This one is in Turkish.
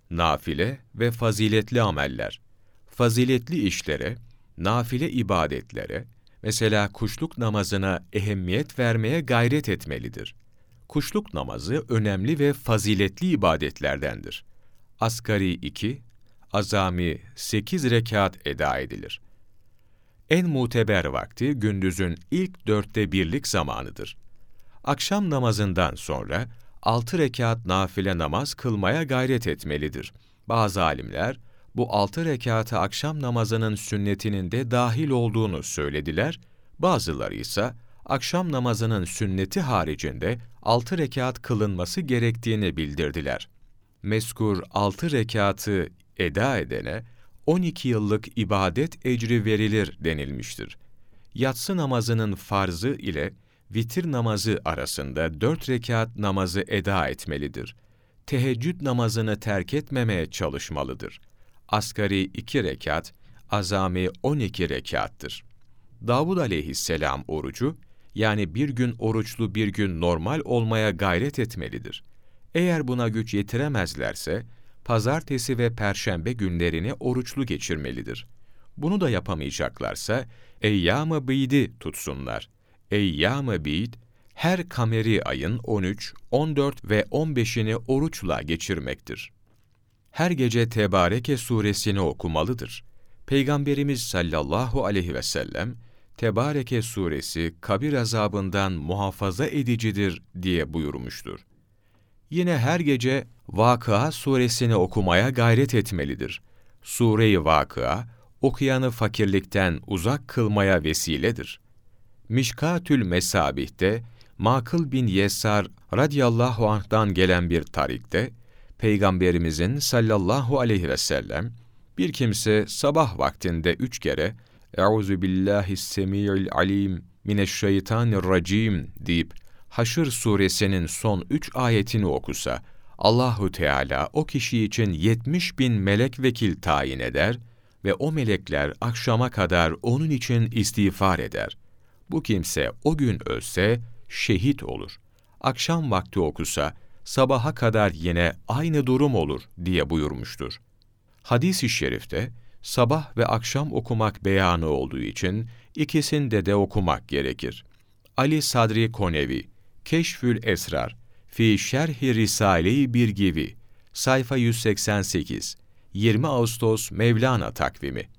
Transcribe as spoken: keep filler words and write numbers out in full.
Nafile ve faziletli ameller. Faziletli işlere, nafile ibadetlere, mesela kuşluk namazına ehemmiyet vermeye gayret etmelidir. Kuşluk namazı önemli ve faziletli ibadetlerdendir. Asgari iki, azami sekiz rekat eda edilir. En muteber vakti gündüzün ilk dörtte birlik zamanıdır. Akşam namazından sonra altı rekat nafile namaz kılmaya gayret etmelidir. Bazı alimler bu altı rekatı akşam namazının sünnetinin de dahil olduğunu söylediler, bazıları ise akşam namazının sünneti haricinde altı rekat kılınması gerektiğini bildirdiler. Mezkur altı rekatı eda edene on iki yıllık ibadet ecri verilir denilmiştir. Yatsı namazının farzı ile vitir namazı arasında dört rekat namazı eda etmelidir. Teheccüd namazını terk etmemeye çalışmalıdır. Asgari iki rekat, azami on iki rekattır. Davud aleyhisselam orucu, yani bir gün oruçlu bir gün normal olmaya gayret etmelidir. Eğer buna güç yetiremezlerse, pazartesi ve perşembe günlerini oruçlu geçirmelidir. Bunu da yapamayacaklarsa, eyyâm-ı bîd'i tutsunlar. Eyyâm-ı bîd, her kameri ayın on üç, on dört ve on beşini oruçla geçirmektir. Her gece Tebareke suresini okumalıdır. Peygamberimiz sallallahu aleyhi ve sellem, Tebareke suresi kabir azabından muhafaza edicidir diye buyurmuştur. Yine her gece Vakıa suresini okumaya gayret etmelidir. Sure-i Vakıa, okuyanı fakirlikten uzak kılmaya vesiledir. Mişkatül Mesabih'te, Makıl bin Yesar radıyallahu anh'dan gelen bir tarikte, Peygamberimizin sallallahu aleyhi ve sellem, bir kimse sabah vaktinde üç kere, "Euzu billahi's-semî'il alîm mineşşeytanirracîm" deyip, Haşr suresinin son üç ayetini okusa, Allahu Teala o kişi için yetmiş bin melek vekil tayin eder ve o melekler akşama kadar onun için istiğfar eder. Bu kimse o gün ölse şehit olur. Akşam vakti okusa sabaha kadar yine aynı durum olur diye buyurmuştur. Hadis-i şerifte sabah ve akşam okumak beyanı olduğu için ikisinde de okumak gerekir. Ali Sadri Konevi, Keşfül Esrar, Fi Şerhi Risale-i Birgivi, sayfa yüz seksen sekiz, yirmi Ağustos Mevlana takvimi.